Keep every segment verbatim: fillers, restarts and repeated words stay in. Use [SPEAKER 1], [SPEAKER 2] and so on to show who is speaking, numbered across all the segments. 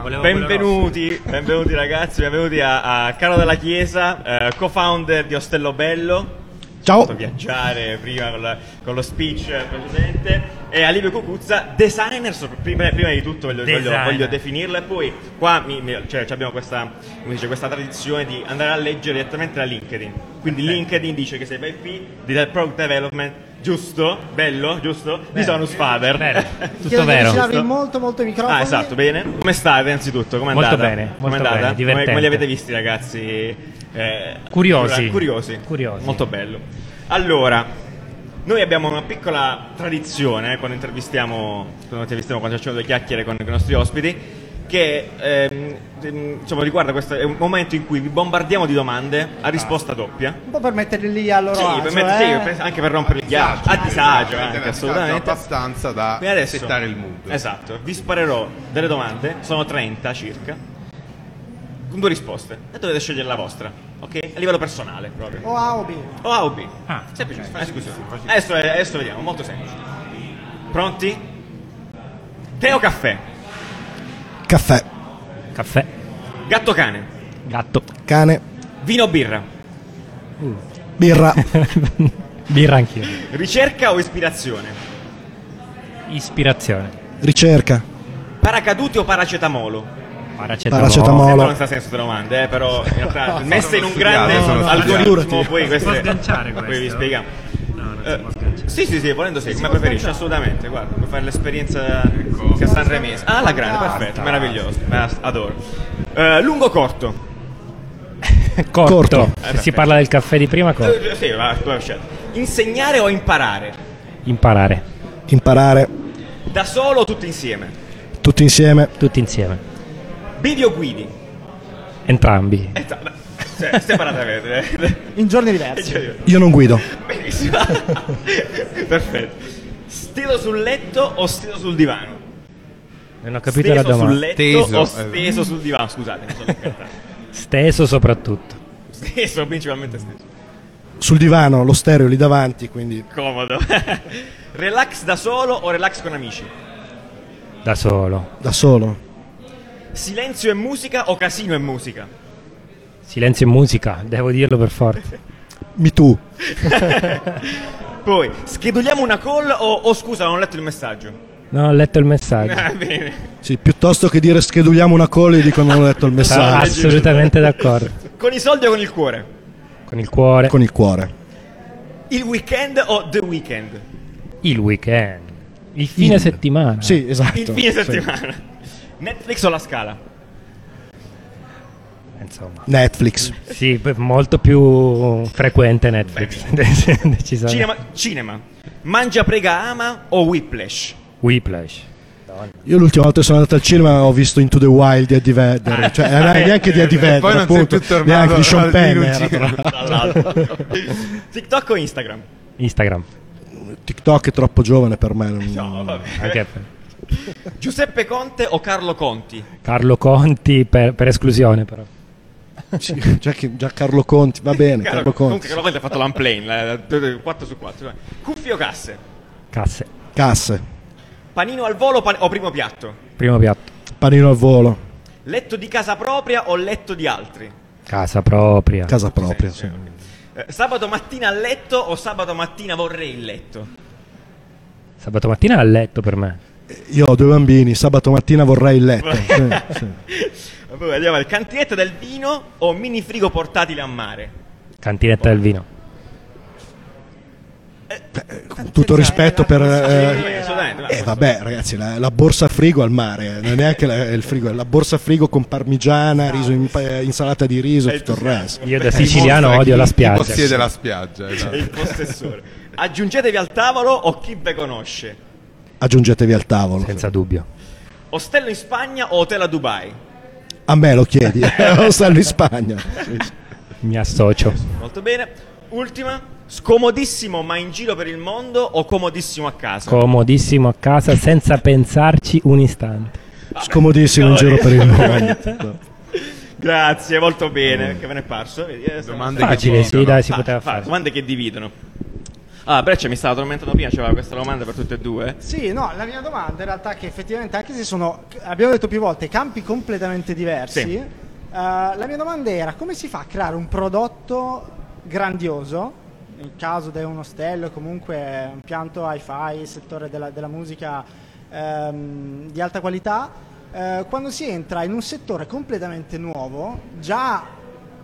[SPEAKER 1] Benvenuti, benvenuti ragazzi, benvenuti a, a Carlo Della Chiesa, eh, co-founder di Ostello Bello.
[SPEAKER 2] Ciao.
[SPEAKER 1] Ho fatto viaggiare prima con, la, con lo speech precedente. E a Livio Cucuzza, designer, prima, prima di tutto voglio, voglio, voglio definirlo. E poi qua mi, mi, cioè, abbiamo questa, come dice, questa tradizione di andare a leggere direttamente da LinkedIn. Quindi okay. LinkedIn dice che sei V P di Product Development, giusto? Bello, giusto? Di Sonus Father.
[SPEAKER 3] Bene, tutto vero.
[SPEAKER 2] Chiedo molto molto i microfoni.
[SPEAKER 1] Ah, esatto, bene. Come state innanzitutto? Come è
[SPEAKER 3] molto
[SPEAKER 1] andata?
[SPEAKER 3] bene,
[SPEAKER 1] Come
[SPEAKER 3] molto
[SPEAKER 1] è andata?
[SPEAKER 3] bene, divertente.
[SPEAKER 1] Come, come li avete visti ragazzi? Eh,
[SPEAKER 3] curiosi.
[SPEAKER 1] curiosi.
[SPEAKER 3] Curiosi.
[SPEAKER 1] Molto bello. Allora, noi abbiamo una piccola tradizione eh, quando intervistiamo, quando intervistiamo, quando facciamo due chiacchiere con, con i nostri ospiti, che ehm, insomma riguarda questo, è un momento in cui vi bombardiamo di domande a risposta doppia.
[SPEAKER 2] Un po' per metterli lì a loro
[SPEAKER 1] sì,
[SPEAKER 2] agio,
[SPEAKER 1] per mettere,
[SPEAKER 2] eh?
[SPEAKER 1] sì, anche per rompere il ghiaccio, a disagio anche, assolutamente.
[SPEAKER 4] Abbastanza da
[SPEAKER 1] adesso,
[SPEAKER 4] settare il mood.
[SPEAKER 1] Esatto, vi sparerò delle domande, sono trenta circa, con due risposte e dovete scegliere la vostra, ok? A livello personale proprio.
[SPEAKER 2] O A o B.
[SPEAKER 1] O A o B.
[SPEAKER 3] Ah,
[SPEAKER 1] semplice, okay. eh, scusa. Adesso, adesso vediamo, molto semplice. Pronti? Tè o caffè?
[SPEAKER 2] Caffè.
[SPEAKER 3] Caffè.
[SPEAKER 1] Gatto o cane?
[SPEAKER 3] Gatto.
[SPEAKER 2] Cane.
[SPEAKER 1] Vino o birra?
[SPEAKER 3] Uh.
[SPEAKER 2] Birra.
[SPEAKER 3] Birra anch'io.
[SPEAKER 1] Ricerca o ispirazione?
[SPEAKER 3] Ispirazione.
[SPEAKER 2] Ricerca.
[SPEAKER 1] Paracaduti o paracetamolo?
[SPEAKER 3] Paracetamolo.
[SPEAKER 2] Paracetamolo.
[SPEAKER 1] Sembra non sta senso delle domande, eh, però in realtà messe in un grande
[SPEAKER 4] no, no,
[SPEAKER 1] algoritmo, poi queste
[SPEAKER 3] può sganciare questo?
[SPEAKER 1] poi vi spieghiamo.
[SPEAKER 3] No, non
[SPEAKER 1] Eh,
[SPEAKER 3] si può sganciare.
[SPEAKER 1] sì, sì, sì, volendo sì, come preferisci, assolutamente. Guarda, puoi fare l'esperienza che sanremese. Ah, la grande, perfetto, meraviglioso, me la adoro. Eh, lungo o corto?
[SPEAKER 3] Corto.
[SPEAKER 2] Corto.
[SPEAKER 3] Se si parla del caffè di prima, corto.
[SPEAKER 1] Eh, sì, va, tu hai scelto. Insegnare o imparare?
[SPEAKER 3] Imparare.
[SPEAKER 2] Imparare.
[SPEAKER 1] Da solo o tutti insieme?
[SPEAKER 2] Tutti insieme.
[SPEAKER 3] Tutti insieme.
[SPEAKER 1] Guidi o guidi?
[SPEAKER 3] Entrambi.
[SPEAKER 1] Eh, beh, cioè, separatamente.
[SPEAKER 2] In giorni diversi.
[SPEAKER 1] Benissimo.
[SPEAKER 2] Io non guido.
[SPEAKER 1] Perfetto. Steso sul letto o steso sul divano?
[SPEAKER 3] Non ho capito
[SPEAKER 1] steso
[SPEAKER 3] la domanda.
[SPEAKER 1] sul letto
[SPEAKER 4] Steso,
[SPEAKER 1] o
[SPEAKER 4] eh.
[SPEAKER 1] steso sul divano? Scusate, mi sono incantato.
[SPEAKER 3] Steso soprattutto.
[SPEAKER 1] Steso, principalmente steso.
[SPEAKER 2] Sul divano, lo stereo lì davanti, quindi
[SPEAKER 1] Comodo. Relax da solo o relax con amici?
[SPEAKER 3] Da solo.
[SPEAKER 2] da solo.
[SPEAKER 1] Silenzio e musica o casino e musica?
[SPEAKER 3] Silenzio e musica, devo dirlo per forza.
[SPEAKER 2] Mi tu.
[SPEAKER 1] Poi, scheduliamo una call o, o scusa, non ho letto il messaggio?
[SPEAKER 3] Non ho letto il messaggio.
[SPEAKER 1] Ah, bene.
[SPEAKER 2] Sì, piuttosto che dire scheduliamo una call, io dico non ho letto il
[SPEAKER 3] Ah,
[SPEAKER 2] messaggio.
[SPEAKER 3] assolutamente d'accordo.
[SPEAKER 1] Con i soldi o con il cuore?
[SPEAKER 3] Con il cuore.
[SPEAKER 2] Con il cuore.
[SPEAKER 1] Il weekend o the weekend?
[SPEAKER 3] Il weekend. Il fine
[SPEAKER 2] Il-
[SPEAKER 3] settimana.
[SPEAKER 2] Sì, esatto.
[SPEAKER 1] Il fine
[SPEAKER 2] Sì.
[SPEAKER 1] settimana. Netflix o la Scala?
[SPEAKER 3] Insomma.
[SPEAKER 2] Netflix.
[SPEAKER 3] Sì, beh, molto più frequente Netflix. Decisamente.
[SPEAKER 1] Cinema, cinema. Mangia, prega, ama o Whiplash?
[SPEAKER 3] Whiplash.
[SPEAKER 2] Io l'ultima volta che sono andato al cinema ho visto Into the Wild di Eddie Vedder, cioè eh, neanche di Eddie Vedder,
[SPEAKER 4] poi non sei
[SPEAKER 2] appunto,
[SPEAKER 4] più tornato
[SPEAKER 2] neanche di Sean
[SPEAKER 4] al
[SPEAKER 2] Penn.
[SPEAKER 4] minucino.
[SPEAKER 2] era tra-
[SPEAKER 1] Tra l'altro. TikTok o Instagram?
[SPEAKER 3] Instagram.
[SPEAKER 2] TikTok è troppo giovane per me. non-
[SPEAKER 1] No, vabbè.
[SPEAKER 3] Anche per
[SPEAKER 1] Giuseppe Conte o Carlo Conti?
[SPEAKER 3] Carlo Conti per, per esclusione però.
[SPEAKER 2] Sì, già, che- già Carlo Conti, va bene, Carlo
[SPEAKER 1] Comunque
[SPEAKER 2] Conti.
[SPEAKER 1] Carlo Conti ha fatto l'unplane, quattro su quattro. Cuffie o casse?
[SPEAKER 3] Casse.
[SPEAKER 2] Casse,
[SPEAKER 1] Panino al volo o pan- o primo piatto?
[SPEAKER 3] Primo piatto.
[SPEAKER 2] panino al volo,
[SPEAKER 1] Letto di casa propria o letto di altri?
[SPEAKER 3] Casa propria.
[SPEAKER 2] casa propria.
[SPEAKER 1] Sì,
[SPEAKER 2] Sì.
[SPEAKER 1] sì, ok. Eh, sabato mattina a letto o sabato mattina vorrei il letto?
[SPEAKER 3] Sabato mattina a letto per me.
[SPEAKER 2] Io ho due bambini, sabato mattina vorrei il letto. Sì, sì.
[SPEAKER 1] Poi vediamo il cantinetta del vino o mini frigo portatile a mare?
[SPEAKER 3] Cantinetta del vino.
[SPEAKER 2] Con tutto rispetto per...
[SPEAKER 1] Eh,
[SPEAKER 2] Eh,
[SPEAKER 1] assolutamente.
[SPEAKER 2] eh, vabbè ragazzi, la, la borsa frigo al mare, non è neanche la, il frigo, la borsa frigo con parmigiana, riso in- eh, insalata di riso e tutto il resto.
[SPEAKER 3] Io da siciliano
[SPEAKER 4] Dimostra
[SPEAKER 3] odio
[SPEAKER 4] chi-
[SPEAKER 3] la
[SPEAKER 4] chi
[SPEAKER 3] spiaggia.
[SPEAKER 4] possiede la spiaggia, esatto.
[SPEAKER 1] È il possessore. Aggiungetevi al tavolo o chi ve conosce?
[SPEAKER 2] Aggiungetevi al tavolo.
[SPEAKER 3] Senza dubbio.
[SPEAKER 1] Ostello in Spagna o hotel a Dubai?
[SPEAKER 2] A me lo chiedi, non stanno in Spagna. Sì, sì.
[SPEAKER 3] Mi associo.
[SPEAKER 1] Molto bene. Ultima. Scomodissimo ma in giro per il mondo o comodissimo a casa?
[SPEAKER 3] Comodissimo a casa senza pensarci un istante.
[SPEAKER 2] Scomodissimo in giro per il mondo.
[SPEAKER 1] Grazie, molto bene. Che ve ne è parso? Vedi, eh,
[SPEAKER 4] Domande
[SPEAKER 1] sono-
[SPEAKER 4] che
[SPEAKER 3] Facile, sì,
[SPEAKER 4] dividono.
[SPEAKER 3] dai, si
[SPEAKER 1] Fa-
[SPEAKER 3] poteva
[SPEAKER 1] fa-
[SPEAKER 3] fare.
[SPEAKER 1] Domande che dividono. Ah, Breccia mi stava tormentando prima, c'era questa domanda per tutte e due.
[SPEAKER 5] Sì, no, la mia domanda in realtà è che effettivamente, anche se sono, abbiamo detto più volte, campi completamente diversi,
[SPEAKER 1] Sì.
[SPEAKER 5] uh, la mia domanda era come si fa a creare un prodotto grandioso, nel caso di un ostello, comunque un pianto hi-fi, settore della, della musica um, di alta qualità, uh, quando si entra in un settore completamente nuovo, già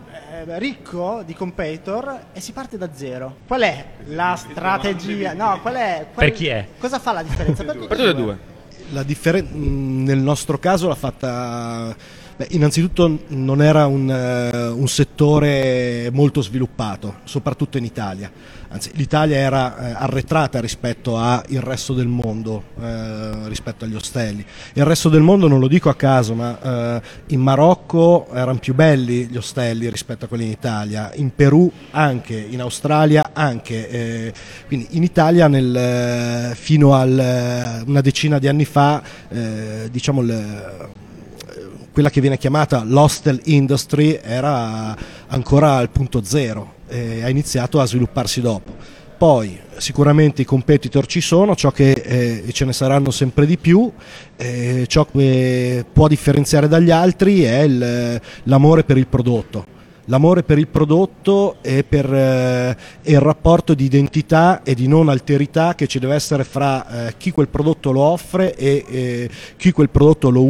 [SPEAKER 5] ricco di competitor, e si parte da zero. Qual è la strategia? No, qual è? Qual,
[SPEAKER 3] Per chi è?
[SPEAKER 5] Cosa fa la differenza? Per tutte
[SPEAKER 1] Per tutte e due.
[SPEAKER 2] La differen- mh, nel nostro caso l'ha fatta. Beh, innanzitutto non era un, uh, un settore molto sviluppato, soprattutto in Italia. Anzi, l'Italia era uh, arretrata rispetto al resto del mondo, uh, rispetto agli ostelli. Il resto del mondo non lo dico a caso, ma uh, in Marocco erano più belli gli ostelli rispetto a quelli in Italia, in Perù anche, in Australia anche. Eh, quindi in Italia nel, fino a una decina di anni fa, eh, diciamo il quella che viene chiamata l'hostel industry era ancora al punto zero e ha iniziato a svilupparsi dopo. Poi sicuramente i competitor ci sono, ciò che eh, ce ne saranno sempre di più, eh, ciò che può differenziare dagli altri è il, l'amore per il prodotto. L'amore per il prodotto e per eh, il rapporto di identità e di non alterità che ci deve essere fra eh, chi quel prodotto lo offre e eh, chi quel prodotto lo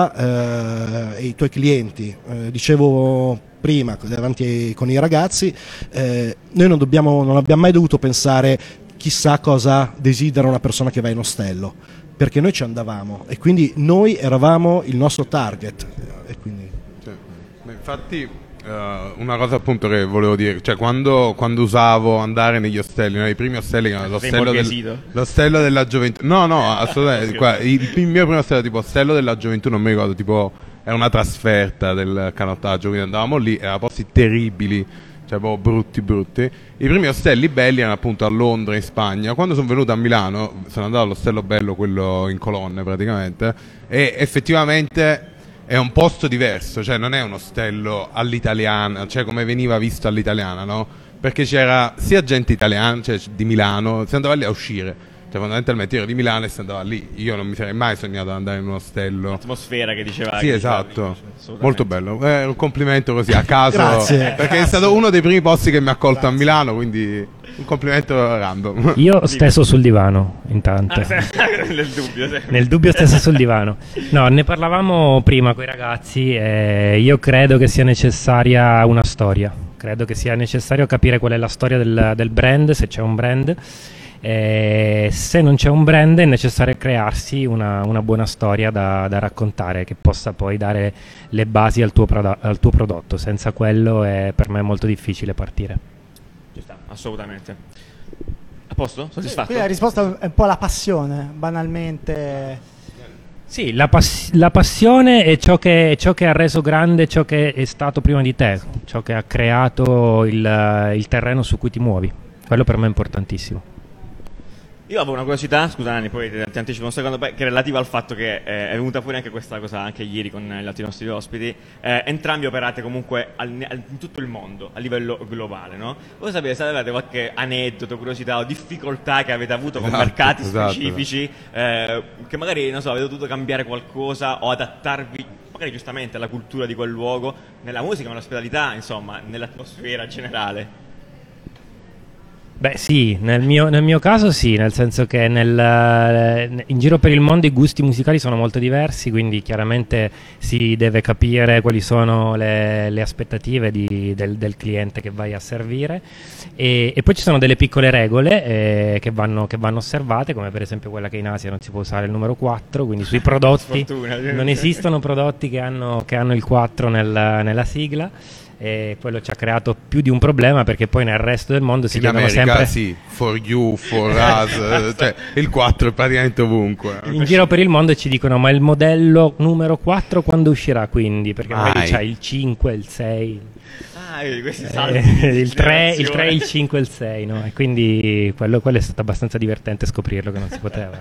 [SPEAKER 2] usa eh, e i tuoi clienti. Eh, dicevo prima davanti ai, con i ragazzi, eh, noi non, dobbiamo, non abbiamo mai dovuto pensare chissà cosa desidera una persona che va in ostello, perché noi ci andavamo e quindi noi eravamo il nostro target. E quindi...
[SPEAKER 4] Cioè, infatti Uh, una cosa appunto che volevo dire, cioè quando, quando usavo andare negli ostelli, nei primi ostelli, l'ostello, del, l'ostello della gioventù, no no assolutamente, qua, il, il mio primo ostello tipo ostello della gioventù, non mi ricordo, tipo era una trasferta del canottaggio, quindi andavamo lì, erano posti terribili, cioè proprio brutti brutti. I primi ostelli belli erano appunto a Londra, in Spagna. Quando sono venuto a Milano sono andato all'ostello bello, quello in colonne praticamente, e effettivamente è un posto diverso, cioè non è un ostello all'italiana, cioè come veniva visto all'italiana, no? Perché c'era sia gente italiana, cioè di Milano, si andava lì a uscire, cioè fondamentalmente ero di Milano e si andava lì. Io non mi sarei mai sognato di andare in un ostello.
[SPEAKER 1] L'atmosfera che diceva.
[SPEAKER 4] Sì,
[SPEAKER 1] che
[SPEAKER 4] esatto,
[SPEAKER 1] diceva,
[SPEAKER 4] molto bello, è un complimento così a caso.
[SPEAKER 2] Grazie.
[SPEAKER 4] Perché
[SPEAKER 2] Grazie.
[SPEAKER 4] è stato uno dei primi posti che mi ha accolto Grazie. a Milano, quindi un complimento random.
[SPEAKER 3] Io stesso sul divano, intanto.
[SPEAKER 1] Ah, nel dubbio, sì.
[SPEAKER 3] Nel dubbio stesso sul divano. No, ne parlavamo prima con i ragazzi e io credo che sia necessaria una storia. Credo che sia necessario capire qual è la storia del, del brand, se c'è un brand. E se non c'è un brand è necessario crearsi una, una buona storia da, da raccontare, che possa poi dare le basi al tuo, prodo- al tuo prodotto. Senza quello è per me molto difficile partire.
[SPEAKER 1] Ci sta, assolutamente. A posto? Soddisfatto?
[SPEAKER 5] Qui la risposta è un po' la passione, banalmente.
[SPEAKER 3] Sì, la, pass- la passione è ciò che, ciò che ha reso grande ciò che è stato prima di te, ciò che ha creato il, il terreno su cui ti muovi. Quello per me è importantissimo.
[SPEAKER 1] Io avevo una curiosità, scusa Nanni, poi ti, ti anticipo un secondo, che è relativa al fatto che eh, è venuta fuori anche questa cosa anche ieri con gli altri nostri ospiti. Eh, entrambi operate comunque al, al, in tutto il mondo, a livello globale, no? Voi sapete se avete qualche aneddoto, curiosità o difficoltà che avete avuto con
[SPEAKER 4] esatto,
[SPEAKER 1] mercati
[SPEAKER 4] esatto.
[SPEAKER 1] specifici, eh, che magari, non so, avete dovuto cambiare qualcosa o adattarvi, magari giustamente, alla cultura di quel luogo, nella musica, nell'ospitalità, insomma, nell'atmosfera generale.
[SPEAKER 3] Beh sì, nel mio, nel mio caso sì, nel senso che nel, in giro per il mondo i gusti musicali sono molto diversi, quindi chiaramente si deve capire quali sono le, le aspettative di, del, del cliente che vai a servire e, e poi ci sono delle piccole regole eh, che, vanno, che vanno osservate, come per esempio quella che in Asia non si può usare il numero quattro, quindi sui prodotti non esistono prodotti che hanno, che hanno il quattro nel, nella sigla. E quello ci ha creato più di un problema, perché poi nel resto del mondo si
[SPEAKER 4] in
[SPEAKER 3] chiedono
[SPEAKER 4] America,
[SPEAKER 3] sempre
[SPEAKER 4] sì, for you, for us, cioè il quattro è praticamente ovunque.
[SPEAKER 3] In giro per il mondo ci dicono ma il modello numero quattro quando uscirà, quindi perché
[SPEAKER 4] Mai.
[SPEAKER 3] magari c'ha il cinque, il sei,
[SPEAKER 1] Ah, questi
[SPEAKER 3] eh,
[SPEAKER 1] salti
[SPEAKER 3] il tre, il tre, il cinque e il sei, no? E quindi quello, quello è stato abbastanza divertente scoprirlo che non si poteva.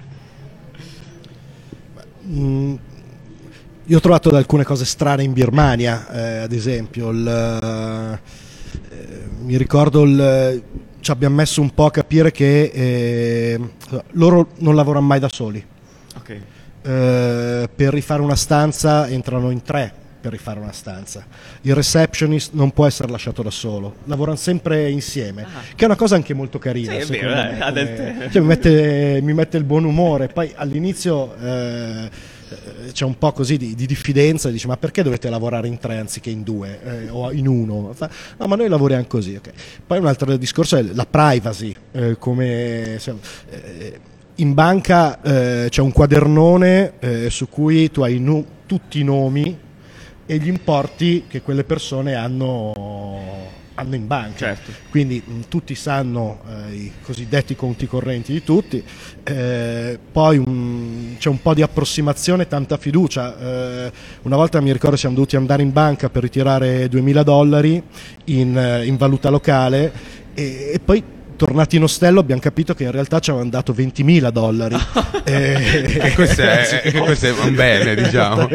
[SPEAKER 2] Mm. Io ho trovato alcune cose strane in Birmania, eh, ad esempio, il, eh, mi ricordo il, ci abbiamo messo un po' a capire che eh, loro non lavorano mai da soli.
[SPEAKER 1] Okay.
[SPEAKER 2] Eh, per rifare una stanza entrano in tre per rifare una stanza. Il receptionist non può essere lasciato da solo, lavorano sempre insieme, ah. che è una cosa anche molto carina.
[SPEAKER 1] Sì,
[SPEAKER 2] secondo
[SPEAKER 1] vero,
[SPEAKER 2] me,
[SPEAKER 1] come...
[SPEAKER 2] cioè, mi, mette, mi mette il buon umore. Poi all'inizio eh, c'è un po' così di, di diffidenza, dice ma perché dovete lavorare in tre anziché in due eh, o in uno? Fa, no, ma noi lavoriamo così. Okay. Poi un altro discorso è la privacy, eh, come eh, in banca eh, c'è un quadernone eh, su cui tu hai nu- tutti i nomi e gli importi che quelle persone hanno, hanno in banca.
[SPEAKER 1] Certo.
[SPEAKER 2] Quindi mh, tutti sanno eh, i cosiddetti conti correnti di tutti, eh, poi un, c'è un po' di approssimazione, tanta fiducia. Eh, una volta mi ricordo siamo dovuti andare in banca per ritirare duemila dollari in, in valuta locale e, e poi tornati in ostello abbiamo capito che in realtà ci avevano dato ventimila dollari.
[SPEAKER 4] e, e questo è, e questo è un bene, diciamo.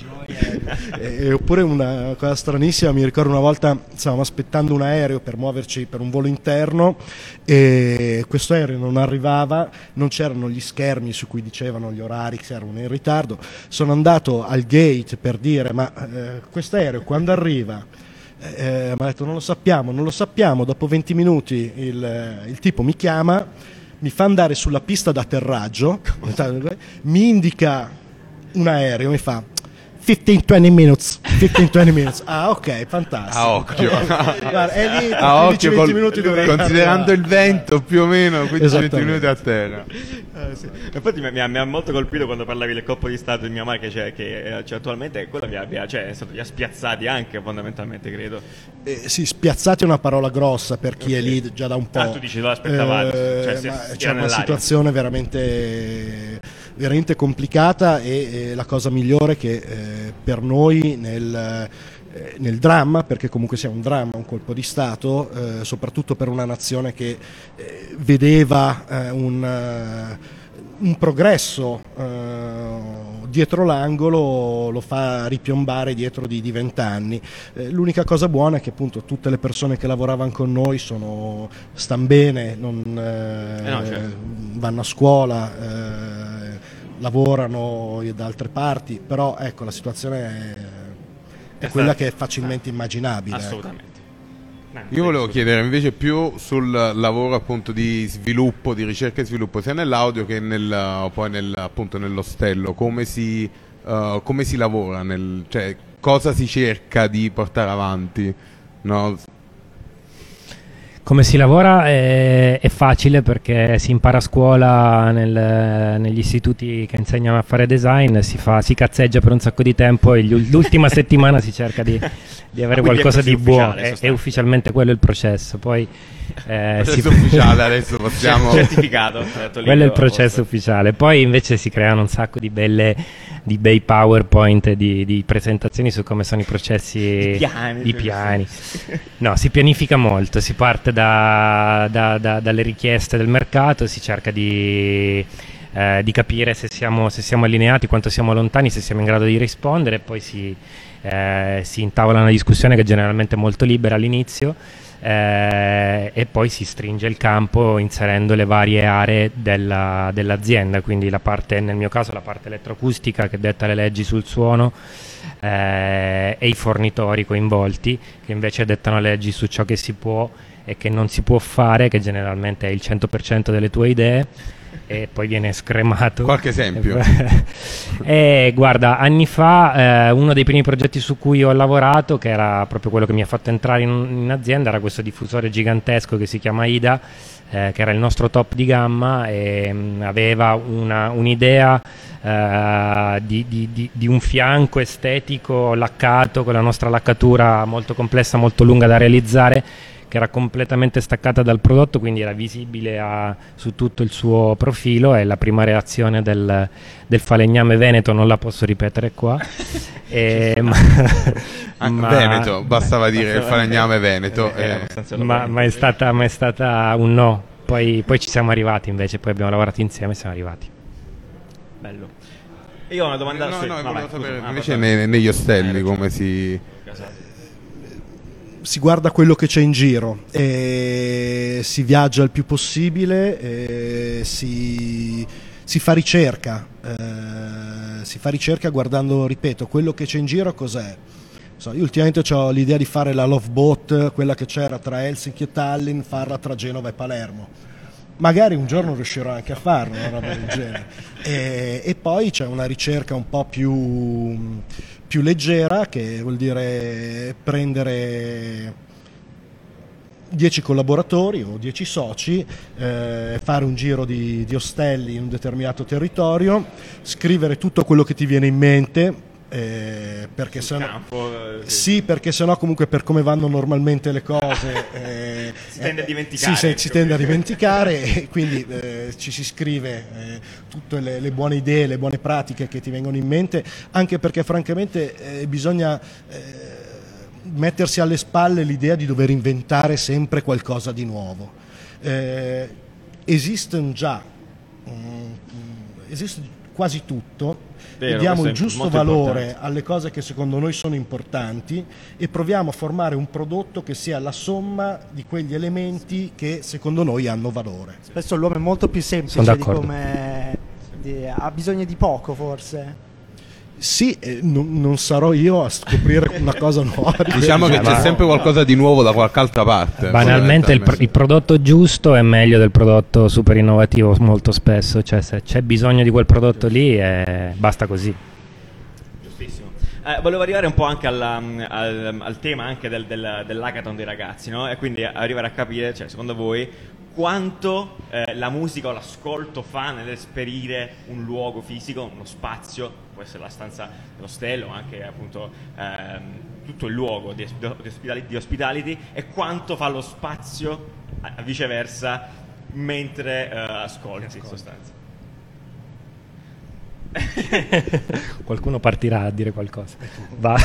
[SPEAKER 2] E, oppure una cosa stranissima, mi ricordo una volta stavamo aspettando un aereo per muoverci per un volo interno e questo aereo non arrivava, non c'erano gli schermi su cui dicevano gli orari che erano in ritardo. Sono andato al gate per dire ma eh, questo aereo quando arriva? Eh, mi ha detto non lo sappiamo, non lo sappiamo. Dopo venti minuti il, il tipo mi chiama, mi fa andare sulla pista d'atterraggio, mi indica un aereo, mi fa fifteen twenty minutes, fifteen twenty minutes. Ah, ok, fantastico.
[SPEAKER 4] A occhio.
[SPEAKER 2] Guarda, è lì
[SPEAKER 4] a occhio
[SPEAKER 2] venti
[SPEAKER 4] col,
[SPEAKER 2] minuti
[SPEAKER 4] considerando
[SPEAKER 2] arrivare.
[SPEAKER 4] Il vento più o meno quindici venti minuti a terra.
[SPEAKER 1] Eh, sì. Infatti mi, mi, ha, mi ha molto colpito quando parlavi del colpo di stato di mia madre che c'è, che c'è attualmente, quello mi ha, cioè, è stato, li ha spiazzati anche fondamentalmente, credo.
[SPEAKER 2] Eh, sì, spiazzati è una parola grossa per chi okay. è lì già da un po'.
[SPEAKER 1] Ah, tu dici lo aspettavate.
[SPEAKER 2] Eh,
[SPEAKER 1] cioè, si,
[SPEAKER 2] ma
[SPEAKER 1] si
[SPEAKER 2] c'è una
[SPEAKER 1] nell'aria.
[SPEAKER 2] situazione veramente veramente complicata e, e la cosa migliore che eh, per noi nel, eh, nel dramma, perché comunque sia un dramma, un colpo di stato, eh, soprattutto per una nazione che eh, vedeva eh, un, uh, un progresso uh, dietro l'angolo, lo fa ripiombare dietro di vent'anni. Eh, l'unica cosa buona è che appunto tutte le persone che lavoravano con noi sono, stanno bene, non, eh,
[SPEAKER 1] eh no, certo.
[SPEAKER 2] vanno a scuola, eh, lavorano da altre parti, però ecco la situazione è, è quella che è facilmente immaginabile.
[SPEAKER 1] Assolutamente.
[SPEAKER 4] Ecco. Io volevo chiedere invece più sul lavoro appunto di sviluppo, di ricerca e sviluppo, sia nell'audio che nel, poi nel, appunto nell'ostello, come si, uh, come si lavora, nel, cioè cosa si cerca di portare avanti, no?
[SPEAKER 3] Come si lavora è, è facile perché si impara a scuola nel, negli istituti che insegnano a fare design, si, fa, si cazzeggia per un sacco di tempo e gli, l'ultima settimana si cerca di, di avere ah, qualcosa di buono. È, è ufficialmente quello il processo. Poi
[SPEAKER 4] eh, il processo si ufficiale adesso possiamo
[SPEAKER 1] certificato.
[SPEAKER 3] Quello è il processo ufficiale. Poi invece si creano un sacco di belle di bei PowerPoint, di, di presentazioni su come sono i processi,
[SPEAKER 1] i piani,
[SPEAKER 3] i piani. No, si pianifica molto, si parte da, da, da, dalle richieste del mercato, si cerca di, eh, di capire se siamo, se siamo allineati, quanto siamo lontani, se siamo in grado di rispondere, e poi si, eh, si intavola una discussione che generalmente è molto libera all'inizio. Eh, e poi si stringe il campo inserendo le varie aree della, dell'azienda, quindi la parte, nel mio caso la parte elettroacustica che detta le leggi sul suono, eh, e i fornitori coinvolti che invece dettano leggi su ciò che si può e che non si può fare, che generalmente è il cento per cento delle tue idee, e poi viene scremato.
[SPEAKER 4] Qualche esempio?
[SPEAKER 3] E guarda, anni fa eh, uno dei primi progetti su cui ho lavorato, che era proprio quello che mi ha fatto entrare in, in azienda, era questo diffusore gigantesco che si chiama Ida, eh, che era il nostro top di gamma e mh, aveva una, un'idea eh, di, di, di, di un fianco estetico laccato con la nostra laccatura molto complessa, molto lunga da realizzare, che era completamente staccata dal prodotto, quindi era visibile a, su tutto il suo profilo, e la prima reazione del, del falegname veneto non la posso ripetere qua. e, ma,
[SPEAKER 4] ma, Veneto, bastava dire il falegname veneto.
[SPEAKER 3] Eh, eh, ma, ma, è stata, ma è stata un no, poi, poi ci siamo arrivati invece, poi abbiamo lavorato insieme e siamo arrivati.
[SPEAKER 1] Bello. Io ho una domanda.
[SPEAKER 4] No,
[SPEAKER 1] su...
[SPEAKER 4] no,
[SPEAKER 1] no,
[SPEAKER 4] volevo
[SPEAKER 1] vai,
[SPEAKER 4] sapere
[SPEAKER 1] scusa,
[SPEAKER 4] invece
[SPEAKER 1] ah,
[SPEAKER 4] nei, negli ostelli come si...
[SPEAKER 2] si guarda quello che c'è in giro, e si viaggia il più possibile, e si, si fa ricerca, eh, si fa ricerca guardando, ripeto, quello che c'è in giro cos'è. So, io ultimamente ho l'idea di fare la Love Boat, quella che c'era tra Helsinki e Tallinn, farla tra Genova e Palermo. Magari un giorno riuscirò anche a farlo, una roba del genere. E, e poi c'è una ricerca un po' più, più leggera, che vuol dire prendere dieci collaboratori o dieci soci, eh, fare un giro di, di ostelli in un determinato territorio, scrivere tutto quello che ti viene in mente. Eh, perché
[SPEAKER 1] Sul
[SPEAKER 2] sennò,
[SPEAKER 1] campo, eh, sì.
[SPEAKER 2] sì, perché sennò comunque per come vanno normalmente le cose eh,
[SPEAKER 1] si tende a dimenticare.
[SPEAKER 2] Sì, sì, si tende a dimenticare e quindi eh, ci si scrive eh, tutte le, le buone idee, le buone pratiche che ti vengono in mente, anche perché francamente eh, bisogna eh, mettersi alle spalle l'idea di dover inventare sempre qualcosa di nuovo. Eh, esistono già, mm, esiste quasi tutto.
[SPEAKER 1] Vero,
[SPEAKER 2] e diamo il
[SPEAKER 1] questo è
[SPEAKER 2] giusto
[SPEAKER 1] molto
[SPEAKER 2] valore
[SPEAKER 1] importante.
[SPEAKER 2] alle cose che secondo noi sono importanti e proviamo a formare un prodotto che sia la somma di quegli elementi che secondo noi hanno valore.
[SPEAKER 5] Spesso l'uomo è molto più semplice di come di, ha bisogno di poco, forse.
[SPEAKER 2] Sì, eh, non, non sarò io a scoprire una cosa nuova.
[SPEAKER 4] Diciamo che c'è sempre qualcosa di nuovo da qualche altra parte.
[SPEAKER 3] Banalmente il, pr- il prodotto giusto è meglio del prodotto super innovativo molto spesso, cioè se c'è bisogno di quel prodotto lì eh, basta così.
[SPEAKER 1] Giustissimo. Eh, volevo arrivare un po' anche alla, al, al tema anche del, del, dell'hackathon dei ragazzi, no? E quindi arrivare a capire, cioè, secondo voi, quanto eh, la musica o l'ascolto fa nell'esperire un luogo fisico, uno spazio, può essere la stanza dell'ostello, anche appunto ehm, tutto il luogo di, di, ospitali, di hospitality, e quanto fa lo spazio a, a viceversa mentre eh, ascolti, in sostanza.
[SPEAKER 3] Qualcuno partirà a dire qualcosa. Va.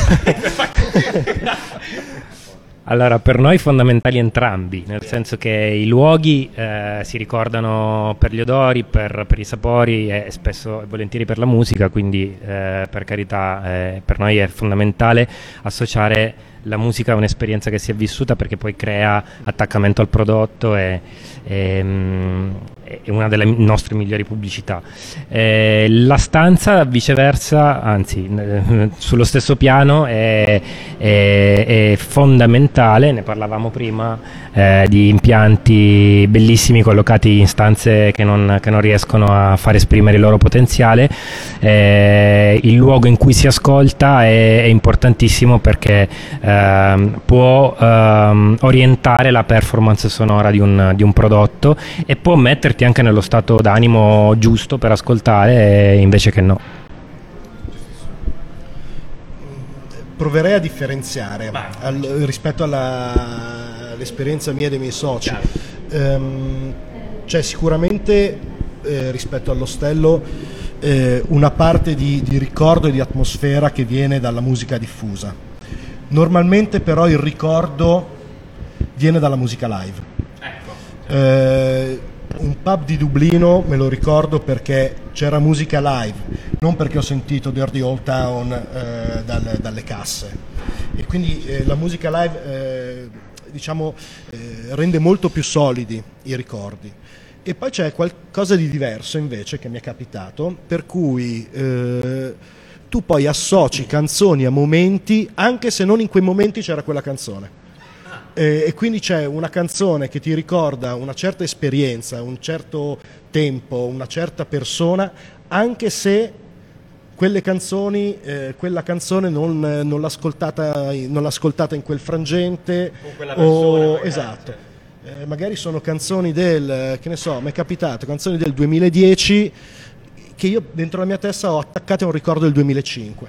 [SPEAKER 3] Allora, per noi fondamentali entrambi, nel senso che i luoghi eh, si ricordano per gli odori, per, per i sapori e spesso e volentieri per la musica, quindi eh, per carità eh, per noi è fondamentale associare la musica a un'esperienza che si è vissuta, perché poi crea attaccamento al prodotto e, e um, è una delle nostre migliori pubblicità. Eh, la stanza viceversa, anzi eh, sullo stesso piano è, è, è fondamentale, ne parlavamo prima, eh, di impianti bellissimi collocati in stanze che non, che non riescono a far esprimere il loro potenziale. Eh, il luogo in cui si ascolta è, è importantissimo perché ehm, può ehm, orientare la performance sonora di un, di un prodotto e può metterti anche nello stato d'animo giusto per ascoltare invece che no.
[SPEAKER 2] Proverei a differenziare al, rispetto alla, all'esperienza mia e dei miei soci. Um, c'è sicuramente eh, rispetto all'ostello eh, una parte di, di ricordo e di atmosfera che viene dalla musica diffusa. Normalmente però il ricordo viene dalla musica live. Ecco. Eh, un pub di Dublino me lo ricordo perché c'era musica live, non perché ho sentito Dirty Old Town eh, dalle, dalle casse, e quindi eh, la musica live eh, diciamo eh, rende molto più solidi i ricordi. E poi c'è qualcosa di diverso invece che mi è capitato, per cui eh, tu poi associ canzoni a momenti anche se non in quei momenti c'era quella canzone. Eh, e quindi c'è una canzone che ti ricorda una certa esperienza, un certo tempo, una certa persona, anche se quelle canzoni, eh, quella canzone non, non, l'ha ascoltata, non l'ha ascoltata in quel frangente.
[SPEAKER 1] Con quella persona.
[SPEAKER 2] O, esatto. Eh, magari sono canzoni del, che ne so, mi è capitato, canzoni del duemiladieci che io dentro la mia testa ho attaccate a un ricordo del duemilacinque.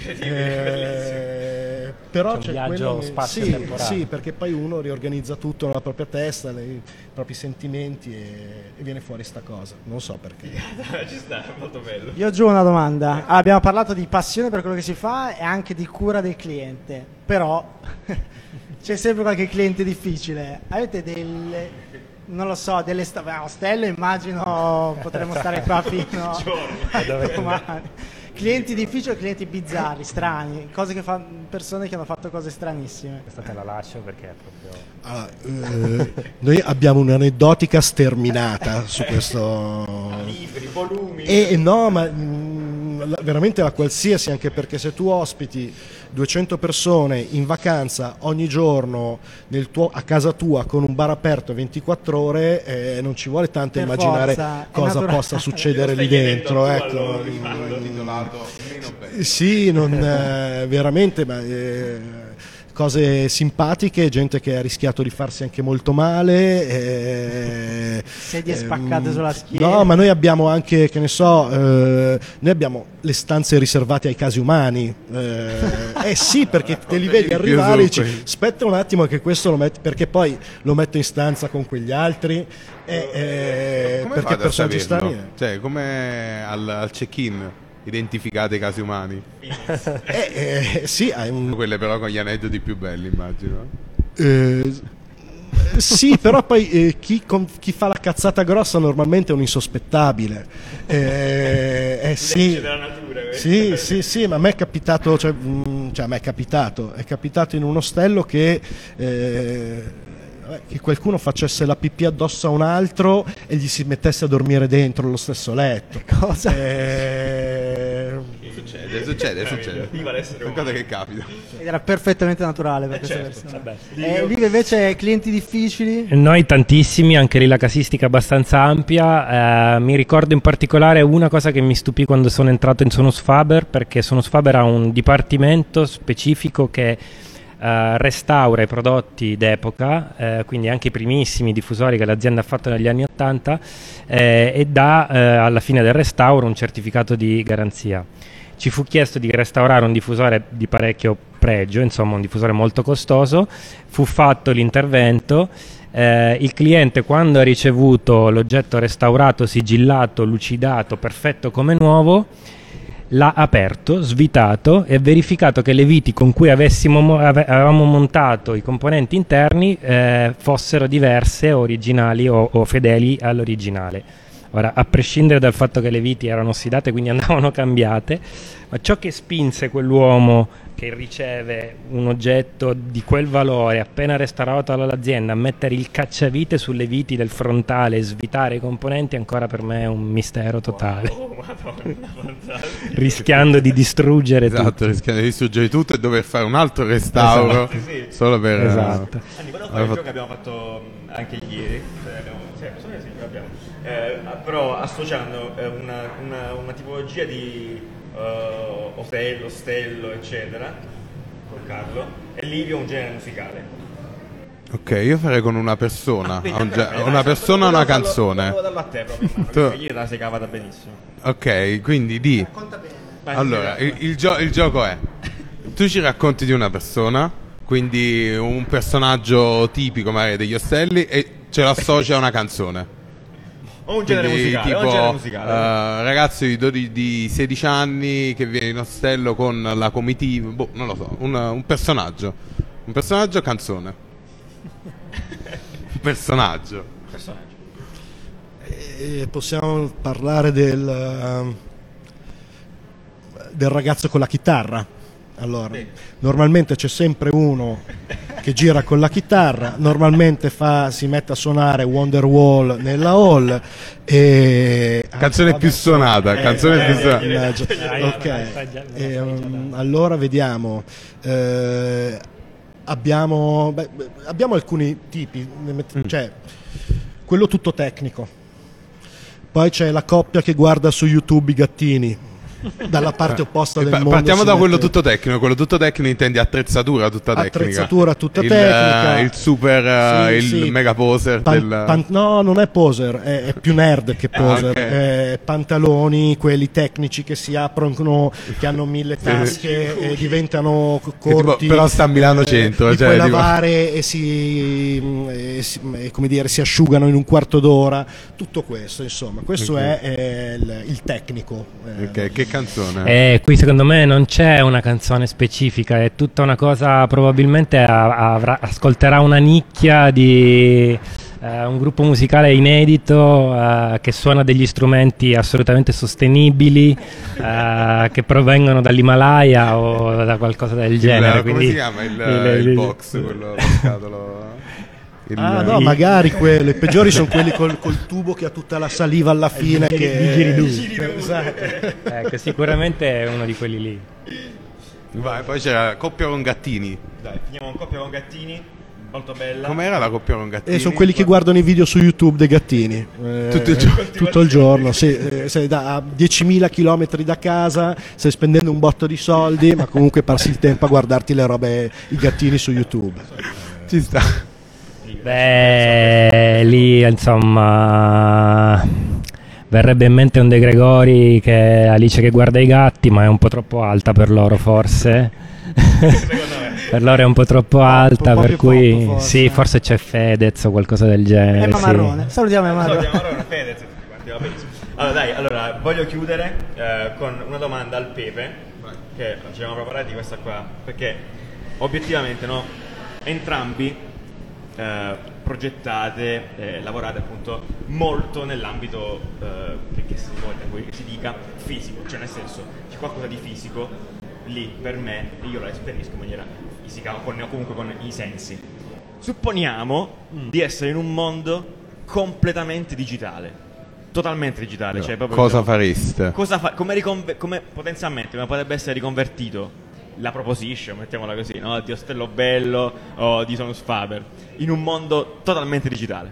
[SPEAKER 2] eh, però
[SPEAKER 3] c'è un
[SPEAKER 2] c'è
[SPEAKER 3] viaggio
[SPEAKER 2] quello,
[SPEAKER 3] spazio-temporale.
[SPEAKER 2] sì, sì, perché poi uno riorganizza tutto nella propria testa, le, i propri sentimenti e, e viene fuori sta cosa. Non so perché.
[SPEAKER 1] Ci sta, molto bello.
[SPEAKER 5] Io aggiungo una domanda. Ah, abbiamo parlato di passione per quello che si fa e anche di cura del cliente, però c'è sempre qualche cliente difficile. Avete delle, non lo so, delle sta- ostello, immagino potremmo stare qua fino a domani. clienti difficili o clienti bizzarri, strani, cose che fanno persone che hanno fatto cose stranissime.
[SPEAKER 3] Questa te la lascio perché è proprio...
[SPEAKER 2] Allora, eh, noi abbiamo un'aneddotica sterminata su questo.
[SPEAKER 1] Libri, volumi.
[SPEAKER 2] E no, ma mh, la- veramente la qualsiasi, anche perché se tu ospiti duecento persone in vacanza ogni giorno nel tuo, a casa tua con un bar aperto ventiquattro ore, eh, non ci vuole tanto
[SPEAKER 5] Per
[SPEAKER 2] immaginare
[SPEAKER 5] forza, è
[SPEAKER 2] cosa
[SPEAKER 5] naturale.
[SPEAKER 2] possa succedere
[SPEAKER 1] Lo stai
[SPEAKER 2] lì dentro.
[SPEAKER 1] chiedendo tu
[SPEAKER 2] Ecco.
[SPEAKER 1] allora, Riccardo.
[SPEAKER 4] Titolato meno bello.
[SPEAKER 2] Sì, non, eh, veramente, ma eh, cose simpatiche, gente che ha rischiato di farsi anche molto male. Eh,
[SPEAKER 5] Sedie
[SPEAKER 2] ehm,
[SPEAKER 5] spaccate sulla schiena.
[SPEAKER 2] No, ma noi abbiamo anche, che ne so, eh, noi abbiamo le stanze riservate ai casi umani. Eh, eh sì, perché te li vedi arrivare e dici, aspetta un attimo che questo lo metti, perché poi lo metto in stanza con quegli altri. Eh, eh,
[SPEAKER 4] Come
[SPEAKER 2] perché
[SPEAKER 4] fate a
[SPEAKER 2] personaggi
[SPEAKER 4] saperlo?
[SPEAKER 2] strani.
[SPEAKER 4] Cioè, come al, al check-in identificate i casi umani?
[SPEAKER 2] Eh, eh, sì, hai un.
[SPEAKER 4] Quelle però con gli aneddoti più belli, immagino.
[SPEAKER 2] Eh, sì, però poi eh, chi, con- chi fa la cazzata grossa normalmente è un insospettabile. Eh, eh, sì.
[SPEAKER 1] Legge della natura, questo.
[SPEAKER 2] Sì, sì, sì, ma a me è capitato, cioè, mh, cioè a me è capitato, è capitato in un ostello che, eh, vabbè, che qualcuno facesse la pipì addosso a un altro e gli si mettesse a dormire dentro lo stesso letto.
[SPEAKER 5] Cosa?
[SPEAKER 2] Eh,
[SPEAKER 4] Succede, succede, succede.
[SPEAKER 1] Viva l'essere
[SPEAKER 4] Sono
[SPEAKER 1] umano.
[SPEAKER 4] cose che capitano.
[SPEAKER 5] Ed era perfettamente naturale per
[SPEAKER 1] Eh,
[SPEAKER 5] questa
[SPEAKER 1] certo,
[SPEAKER 5] persona.
[SPEAKER 3] vabbè.
[SPEAKER 5] Eh, Livio invece clienti difficili.
[SPEAKER 3] Noi tantissimi, anche lì la casistica abbastanza ampia. Eh, mi ricordo in particolare una cosa che mi stupì quando sono entrato in Sonus Faber, perché Sonus Faber ha un dipartimento specifico che eh, restaura i prodotti d'epoca, eh, quindi anche i primissimi diffusori che l'azienda ha fatto negli anni ottanta, eh, e dà eh, alla fine del restauro un certificato di garanzia. Ci fu chiesto di restaurare un diffusore di parecchio pregio, insomma un diffusore molto costoso, fu fatto l'intervento, eh, il cliente quando ha ricevuto l'oggetto restaurato, sigillato, lucidato, perfetto come nuovo, l'ha aperto, svitato e verificato che le viti con cui avessimo mo- ave- avevamo montato i componenti interni eh, fossero diverse, originali o, o fedeli all'originale. Ora, a prescindere dal fatto che le viti erano ossidate, quindi andavano cambiate, ma ciò che spinse quell'uomo che riceve un oggetto di quel valore appena restaurato dall'azienda a mettere il cacciavite sulle viti del frontale e svitare i componenti ancora per me è un mistero totale.
[SPEAKER 1] Oh, madonna, fantastico.
[SPEAKER 3] Rischiando di distruggere
[SPEAKER 4] Esatto,
[SPEAKER 3] tutto.
[SPEAKER 4] rischiando di distruggere tutto e dover fare un altro restauro
[SPEAKER 1] Esatto, sì.
[SPEAKER 4] solo per...
[SPEAKER 3] Esatto.
[SPEAKER 1] Anni, volevo fare il gioco che abbiamo fatto mh, anche ieri, cioè abbiamo, sì, posso dire sì, l'abbiamo. Eh, però associando eh, una, una, una tipologia di uh, hotel, ostello, eccetera, con Carlo, e Livio un genere musicale.
[SPEAKER 4] Ok, io farei con una persona,
[SPEAKER 1] Quindi,
[SPEAKER 4] un
[SPEAKER 1] anche
[SPEAKER 4] ge-
[SPEAKER 1] a me,
[SPEAKER 4] una
[SPEAKER 1] dai,
[SPEAKER 4] persona o
[SPEAKER 1] volevo
[SPEAKER 4] una
[SPEAKER 1] darlo-
[SPEAKER 4] canzone.
[SPEAKER 1] volevo darlo a te proprio, Marco,
[SPEAKER 4] Tu-
[SPEAKER 1] perché ieri la sei cavata benissimo.
[SPEAKER 4] Ok, quindi di...
[SPEAKER 1] Vai,
[SPEAKER 4] Allora,
[SPEAKER 1] sì,
[SPEAKER 4] il, il gio- il gioco è, tu ci racconti di una persona, quindi un personaggio tipico magari degli ostelli e ce lo associa a una canzone.
[SPEAKER 1] O un genere
[SPEAKER 4] Quindi,
[SPEAKER 1] musicale, o
[SPEAKER 4] tipo,
[SPEAKER 1] un genere musicale.
[SPEAKER 4] eh, ragazzo di, dodici, di sedici anni che viene in ostello con la comitiva, boh, non lo so, un, un personaggio. Un personaggio canzone. Un personaggio.
[SPEAKER 1] Personaggio.
[SPEAKER 2] Eh, possiamo parlare del, ehm, del ragazzo con la chitarra. Allora, normalmente c'è sempre uno che gira con la chitarra, normalmente fa, si mette a suonare Wonderwall nella hall e...
[SPEAKER 4] Canzone
[SPEAKER 2] ah,
[SPEAKER 4] più
[SPEAKER 2] vabbè,
[SPEAKER 4] suonata,
[SPEAKER 2] eh,
[SPEAKER 4] canzone
[SPEAKER 2] eh,
[SPEAKER 4] più suonata.
[SPEAKER 2] mannaggia.
[SPEAKER 3] Dai,
[SPEAKER 2] Ok,
[SPEAKER 3] me la stai già- me la stai
[SPEAKER 2] E,
[SPEAKER 3] già
[SPEAKER 2] um,
[SPEAKER 3] dando.
[SPEAKER 2] allora vediamo. Eh, abbiamo, beh, beh, abbiamo alcuni tipi, ne met- cioè quello tutto tecnico. Poi c'è la coppia che guarda su YouTube i gattini. Dalla parte opposta del
[SPEAKER 4] Pa-
[SPEAKER 2] mondo.
[SPEAKER 4] Partiamo
[SPEAKER 2] si
[SPEAKER 4] da quello
[SPEAKER 2] mette-
[SPEAKER 4] tutto tecnico. Quello tutto tecnico intendi attrezzatura tutta tecnica.
[SPEAKER 2] Attrezzatura tutta
[SPEAKER 4] il,
[SPEAKER 2] tecnica.
[SPEAKER 4] eh, il super, eh,
[SPEAKER 2] Sì,
[SPEAKER 4] il
[SPEAKER 2] sì.
[SPEAKER 4] mega poser
[SPEAKER 2] Pan-
[SPEAKER 4] del...
[SPEAKER 2] pan- no, non è poser, è, è più nerd che poser.
[SPEAKER 4] ok.
[SPEAKER 2] Eh, pantaloni, quelli tecnici che si aprono, che hanno mille tasche e diventano co-
[SPEAKER 4] Che tipo-
[SPEAKER 2] corti.
[SPEAKER 4] però sta a Milano
[SPEAKER 2] eh,
[SPEAKER 4] centro,
[SPEAKER 2] li
[SPEAKER 4] cioè,
[SPEAKER 2] puoi
[SPEAKER 4] tipo-
[SPEAKER 2] lavare e si, e si- e come dire, si asciugano in un quarto d'ora. Tutto questo, insomma, questo
[SPEAKER 4] Ok.
[SPEAKER 2] è eh, il, il tecnico. eh.
[SPEAKER 4] Ok, che canzone?
[SPEAKER 3] Eh, qui secondo me non c'è una canzone specifica, è tutta una cosa, probabilmente a- avrà- ascolterà una nicchia di, Uh, un gruppo musicale inedito uh, che suona degli strumenti assolutamente sostenibili uh, che provengono dall'Himalaya o da qualcosa del genere.
[SPEAKER 4] Il,
[SPEAKER 3] quindi,
[SPEAKER 4] come si chiama il, il, il box, quello lo scatolo?
[SPEAKER 2] Il, ah no, il... magari quelli peggiori sono quelli col, col tubo che ha tutta la saliva alla fine.
[SPEAKER 3] Di
[SPEAKER 2] che
[SPEAKER 3] Didgeridoo. Esatto. Ecco, sicuramente è uno di quelli lì.
[SPEAKER 4] Vai, poi c'era Coppia con Gattini.
[SPEAKER 1] Dai, finiamo con Coppia con Gattini. Molto bella.
[SPEAKER 4] Com'era la Coppia con Gattini?
[SPEAKER 2] E sono quelli che guardano i video su YouTube dei gattini eh, tutto il giorno, tutto il giorno sì, eh, sei da, a diecimila chilometri da casa, stai spendendo un botto di soldi, ma comunque passi il tempo a guardarti le robe, i gattini su YouTube.
[SPEAKER 4] Ci sta.
[SPEAKER 3] Beh, lì insomma verrebbe in mente un De Gregori che è Alice che guarda i gatti, ma è un po' troppo alta per loro forse. Per loro è un po' troppo alta, po', po per cui poco, forse. Sì, forse c'è Fedez o qualcosa del genere.
[SPEAKER 5] Emma
[SPEAKER 3] sì.
[SPEAKER 5] Marrone, salutiamo Emma Marrone.
[SPEAKER 1] Salutiamo Marrone, Fedez. Allora dai, allora voglio chiudere eh, con una domanda al Pepe, che ci abbiamo preparato di questa qua, perché obiettivamente no, entrambi eh, progettate, eh, lavorate appunto molto nell'ambito eh, che, che si voglia, che si dica fisico, cioè nel senso c'è qualcosa di fisico lì per me, io la esperisco in maniera fisica o comunque con i sensi. Supponiamo mm. di essere in un mondo completamente digitale, totalmente digitale, no. Cioè proprio,
[SPEAKER 4] cosa
[SPEAKER 1] diciamo,
[SPEAKER 4] fareste?
[SPEAKER 1] Cosa fa- come, riconver- come potenzialmente come potrebbe essere riconvertito la proposition, mettiamola così, no? Di Ostello Bello o di Sonus Faber in un mondo totalmente digitale.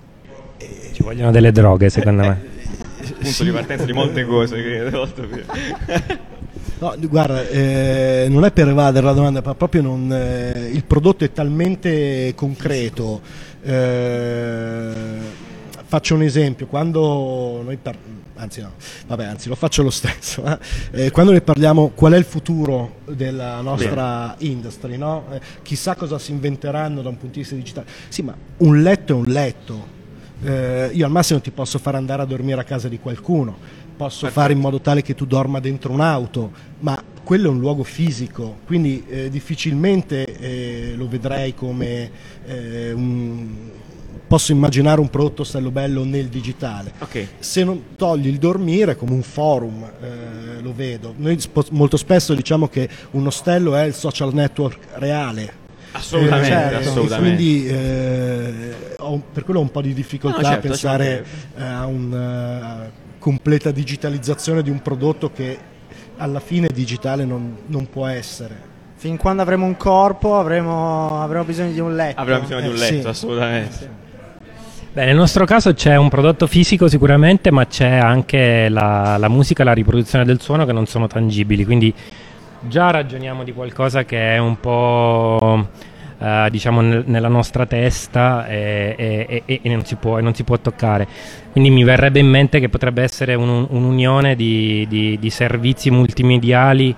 [SPEAKER 3] E ci vogliono delle droghe, secondo me.
[SPEAKER 1] Punto sì. Di partenza di molte cose che molto più.
[SPEAKER 2] No, guarda, eh, non è per evadere la domanda, ma proprio non, eh, il prodotto è talmente concreto. Eh, faccio un esempio, quando noi par- anzi no, vabbè, anzi lo faccio lo stesso. Eh? Eh, quando ne parliamo, qual è il futuro della nostra Bene. industry, no? Eh, chissà cosa si inventeranno da un punto di vista digitale. Sì, ma un letto è un letto. Eh, io al massimo ti posso far andare a dormire a casa di qualcuno, posso Perfetto. fare in modo tale che tu dorma dentro un'auto, ma quello è un luogo fisico, quindi eh, difficilmente eh, lo vedrei come eh, un... posso immaginare un prodotto Ostello Bello nel digitale.
[SPEAKER 1] Okay.
[SPEAKER 2] Se non togli il dormire, come un forum eh, lo vedo. Noi spo- molto spesso diciamo che un ostello è il social network reale.
[SPEAKER 1] Assolutamente,
[SPEAKER 2] eh, certo,
[SPEAKER 1] assolutamente.
[SPEAKER 2] Quindi eh, ho, per quello ho un po' di difficoltà no, certo, a pensare eh, a una uh, completa digitalizzazione di un prodotto che alla fine digitale non, non può essere.
[SPEAKER 5] Fin quando avremo un corpo avremo, avremo bisogno di un letto.
[SPEAKER 1] Avremo bisogno eh, di un letto, sì. assolutamente.
[SPEAKER 5] Sì.
[SPEAKER 3] Beh, nel nostro caso c'è un prodotto fisico sicuramente, ma c'è anche la, la musica, la riproduzione del suono che non sono tangibili, quindi già ragioniamo di qualcosa che è un po' eh, diciamo nel, nella nostra testa e, e, e, e, non si può, e non si può toccare. Quindi mi verrebbe in mente che potrebbe essere un, un'unione di, di, di servizi multimediali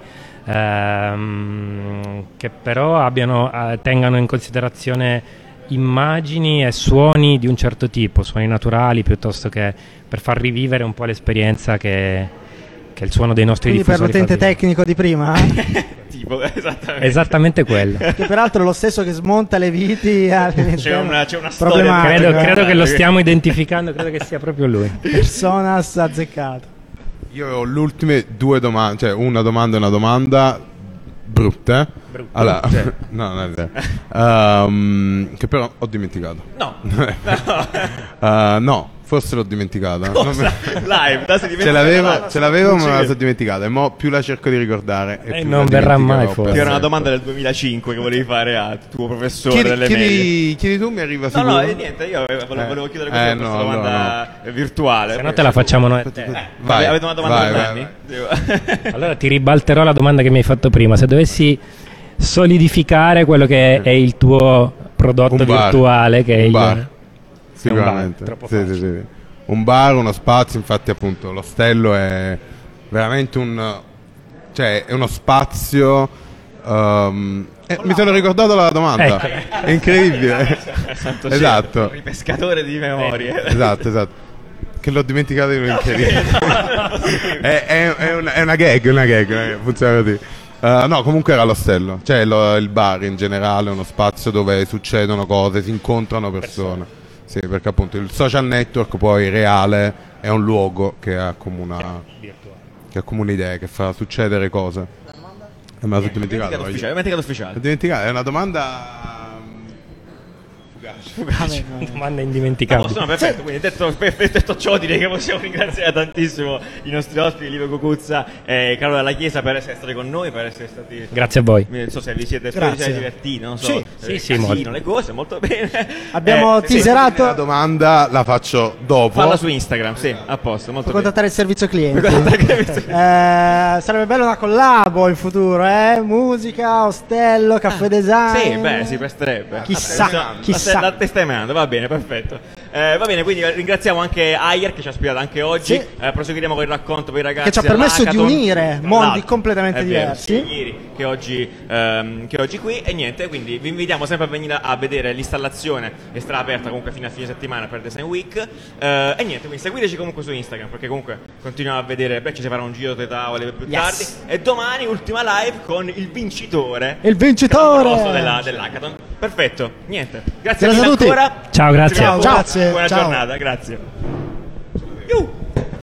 [SPEAKER 3] ehm, che però abbiano, eh, tengano in considerazione immagini e suoni di un certo tipo, suoni naturali, piuttosto che per far rivivere un po' l'esperienza che, che il suono dei nostri
[SPEAKER 5] Quindi
[SPEAKER 3] diffusori.
[SPEAKER 5] Quindi per l'utente tecnico di prima?
[SPEAKER 1] Tipo, esattamente.
[SPEAKER 3] Esattamente quello.
[SPEAKER 5] Che peraltro è lo stesso che smonta le viti.
[SPEAKER 1] C'è una, c'è una storia.
[SPEAKER 3] Credo, credo che lo stiamo identificando, credo che sia proprio lui.
[SPEAKER 5] Personas azzeccato.
[SPEAKER 4] Io ho le ultime due domande, cioè una domanda e una domanda brutte.
[SPEAKER 3] Brutte.
[SPEAKER 4] Allora, no, non è vero. Um, che però ho dimenticato.
[SPEAKER 1] No.
[SPEAKER 4] uh, no, forse l'ho dimenticata.
[SPEAKER 1] Cosa? Live, da si
[SPEAKER 4] ce l'avevo, ce l'avevo ma me la sono dimenticata. E mo più la cerco di ricordare.
[SPEAKER 3] E, e non verrà mai fuori.
[SPEAKER 1] Che era una domanda del duemilacinque che volevi fare al tuo professore
[SPEAKER 4] chiedi,
[SPEAKER 1] delle
[SPEAKER 4] chiedi,
[SPEAKER 1] medie.
[SPEAKER 4] Chiedi tu, mi arriva
[SPEAKER 1] no,
[SPEAKER 4] sicuro.
[SPEAKER 1] No, no, niente, io volevo, volevo chiudere questa,
[SPEAKER 4] eh,
[SPEAKER 1] questa
[SPEAKER 4] no,
[SPEAKER 1] domanda
[SPEAKER 4] no, no.
[SPEAKER 1] virtuale.
[SPEAKER 3] Se no te la facciamo noi.
[SPEAKER 1] Eh, vai, avete una domanda
[SPEAKER 4] vai,
[SPEAKER 1] per
[SPEAKER 4] vai,
[SPEAKER 1] vai.
[SPEAKER 3] Allora ti ribalterò la domanda che mi hai fatto prima. Se dovessi solidificare quello che è il tuo prodotto
[SPEAKER 4] un
[SPEAKER 3] virtuale, che
[SPEAKER 4] un
[SPEAKER 3] è il
[SPEAKER 4] bar. Sicuramente.
[SPEAKER 3] Un bar,
[SPEAKER 4] sì, sì, sì. Un bar, uno spazio, infatti appunto l'ostello è veramente un, cioè è uno spazio um, eh, mi sono ricordato la domanda,
[SPEAKER 3] ecco.
[SPEAKER 4] È incredibile. Esatto,
[SPEAKER 1] il ripescatore di memorie.
[SPEAKER 4] Esatto, esatto, che l'ho dimenticato in un incredibile. è, è, è, una, è una gag, una gag, funziona così. Uh, no, comunque era l'ostello, cioè lo, il bar in generale è uno spazio dove succedono cose, si incontrano persone. persone. Sì, perché appunto il social network poi reale è un luogo che accomuna, che accomuna idee, che fa succedere cose. E me la sono dimenticato.
[SPEAKER 1] È dimenticato ufficiale.
[SPEAKER 4] È dimenticato, è una domanda
[SPEAKER 3] fugace. Domanda indimenticabile.
[SPEAKER 1] No, no, perfetto, quindi detto, detto ciò direi che possiamo ringraziare tantissimo i nostri ospiti, Livio Cucuzza e Carlo Dalla Chiesa, per essere stati con noi, per essere stati...
[SPEAKER 3] Grazie a voi.
[SPEAKER 1] Non so se vi siete, spero siete divertiti, non so,
[SPEAKER 2] sì,
[SPEAKER 1] sì,
[SPEAKER 3] sì,
[SPEAKER 1] casino,
[SPEAKER 3] molto.
[SPEAKER 1] le cose, molto bene.
[SPEAKER 5] Abbiamo
[SPEAKER 1] eh,
[SPEAKER 5] teaserato...
[SPEAKER 4] La domanda la faccio dopo.
[SPEAKER 1] Falla su Instagram, sì, a posto, molto
[SPEAKER 5] Puoi
[SPEAKER 1] bene.
[SPEAKER 5] contattare il servizio clienti. eh, sarebbe bello una collabo in futuro, eh? Musica, ostello, caffè design.
[SPEAKER 1] Sì, beh, si presterebbe.
[SPEAKER 5] Chissà,
[SPEAKER 1] Vabbè,
[SPEAKER 5] chissà.
[SPEAKER 1] La, la testa in mano, va bene, perfetto. Eh, va bene, quindi ringraziamo anche Ayer che ci ha ospitato anche oggi.
[SPEAKER 5] Sì.
[SPEAKER 1] Eh, proseguiremo con il racconto per i ragazzi.
[SPEAKER 5] Che ci ha permesso di unire mondi
[SPEAKER 1] Esatto,
[SPEAKER 5] completamente
[SPEAKER 1] è vero,
[SPEAKER 5] diversi.
[SPEAKER 1] sia ieri che oggi, ehm, che oggi qui. E niente, quindi vi invitiamo sempre a venire a vedere l'installazione che sarà aperta comunque fino a fine settimana per Design Week. Eh, e niente, quindi seguiteci comunque su Instagram, perché comunque continuiamo a vedere. Beh, ci si farà un giro dei tavole più
[SPEAKER 5] Yes.
[SPEAKER 1] tardi. E domani ultima live con il vincitore.
[SPEAKER 5] Il vincitore
[SPEAKER 1] della, dell'hackathon. Perfetto, niente. Grazie,
[SPEAKER 5] Grazie
[SPEAKER 1] mille
[SPEAKER 5] a tutti.
[SPEAKER 1] ancora.
[SPEAKER 3] Ciao, grazie.
[SPEAKER 5] Ciao, grazie.
[SPEAKER 1] Buona
[SPEAKER 5] Ciao.
[SPEAKER 1] giornata, grazie.